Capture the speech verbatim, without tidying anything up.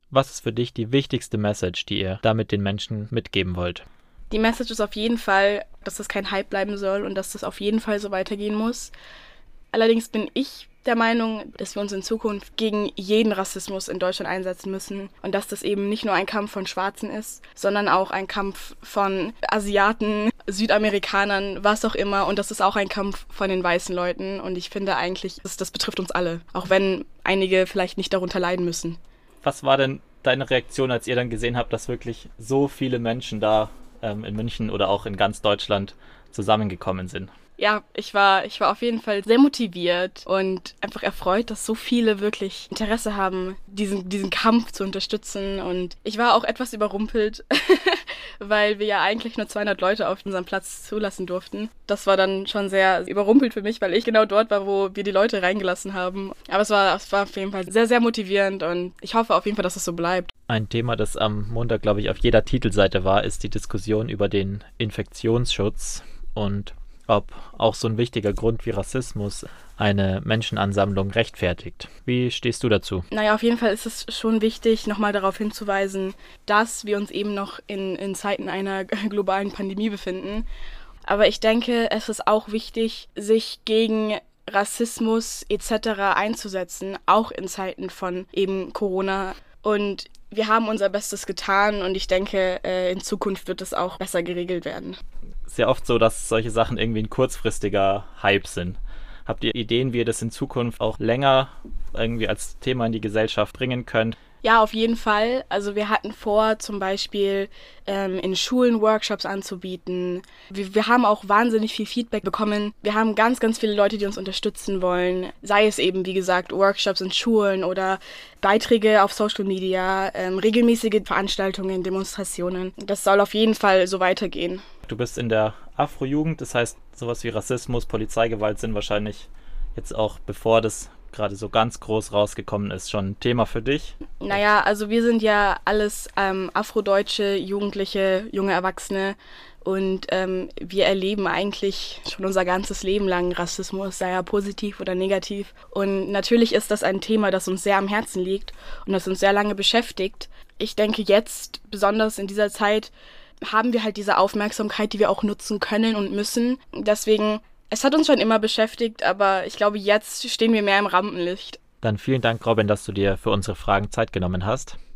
Was ist für dich die wichtigste Message, die ihr damit den Menschen mitgeben wollt? Die Message ist auf jeden Fall, dass das kein Hype bleiben soll und dass das auf jeden Fall so weitergehen muss. Allerdings bin ich der Meinung, dass wir uns in Zukunft gegen jeden Rassismus in Deutschland einsetzen müssen und dass das eben nicht nur ein Kampf von Schwarzen ist, sondern auch ein Kampf von Asiaten, Südamerikanern, was auch immer, und das ist auch ein Kampf von den weißen Leuten und ich finde eigentlich, das, das betrifft uns alle, auch wenn einige vielleicht nicht darunter leiden müssen. Was war denn deine Reaktion, als ihr dann gesehen habt, dass wirklich so viele Menschen da ähm, in München oder auch in ganz Deutschland zusammengekommen sind? Ja, ich war, ich war auf jeden Fall sehr motiviert und einfach erfreut, dass so viele wirklich Interesse haben, diesen, diesen Kampf zu unterstützen. Und ich war auch etwas überrumpelt, weil wir ja eigentlich nur zweihundert Leute auf unserem Platz zulassen durften. Das war dann schon sehr überrumpelt für mich, weil ich genau dort war, wo wir die Leute reingelassen haben. Aber es war, es war auf jeden Fall sehr, sehr motivierend und ich hoffe auf jeden Fall, dass es so bleibt. Ein Thema, das am Montag, glaube ich, auf jeder Titelseite war, ist die Diskussion über den Infektionsschutz und ob auch so ein wichtiger Grund wie Rassismus eine Menschenansammlung rechtfertigt. Wie stehst du dazu? Naja, auf jeden Fall ist es schon wichtig, nochmal darauf hinzuweisen, dass wir uns eben noch in, in Zeiten einer globalen Pandemie befinden. Aber ich denke, es ist auch wichtig, sich gegen Rassismus et cetera einzusetzen, auch in Zeiten von eben Corona. Und wir haben unser Bestes getan und ich denke, in Zukunft wird es auch besser geregelt werden. Sehr oft so, dass solche Sachen irgendwie ein kurzfristiger Hype sind. Habt ihr Ideen, wie ihr das in Zukunft auch länger irgendwie als Thema in die Gesellschaft bringen könnt? Ja, auf jeden Fall. Also wir hatten vor, zum Beispiel ähm, in Schulen Workshops anzubieten. Wir, wir haben auch wahnsinnig viel Feedback bekommen. Wir haben ganz, ganz viele Leute, die uns unterstützen wollen. Sei es eben, wie gesagt, Workshops in Schulen oder Beiträge auf Social Media, ähm, regelmäßige Veranstaltungen, Demonstrationen. Das soll auf jeden Fall so weitergehen. Du bist in der Afro-Jugend, das heißt, sowas wie Rassismus, Polizeigewalt sind wahrscheinlich jetzt auch, bevor das gerade so ganz groß rausgekommen ist, schon ein Thema für dich? Naja, also wir sind ja alles ähm, afrodeutsche, Jugendliche, junge Erwachsene und ähm, wir erleben eigentlich schon unser ganzes Leben lang Rassismus, sei er positiv oder negativ. Und natürlich ist das ein Thema, das uns sehr am Herzen liegt und das uns sehr lange beschäftigt. Ich denke jetzt, besonders in dieser Zeit, haben wir halt diese Aufmerksamkeit, die wir auch nutzen können und müssen. Deswegen, es hat uns schon immer beschäftigt, aber ich glaube, jetzt stehen wir mehr im Rampenlicht. Dann vielen Dank, Robin, dass du dir für unsere Fragen Zeit genommen hast.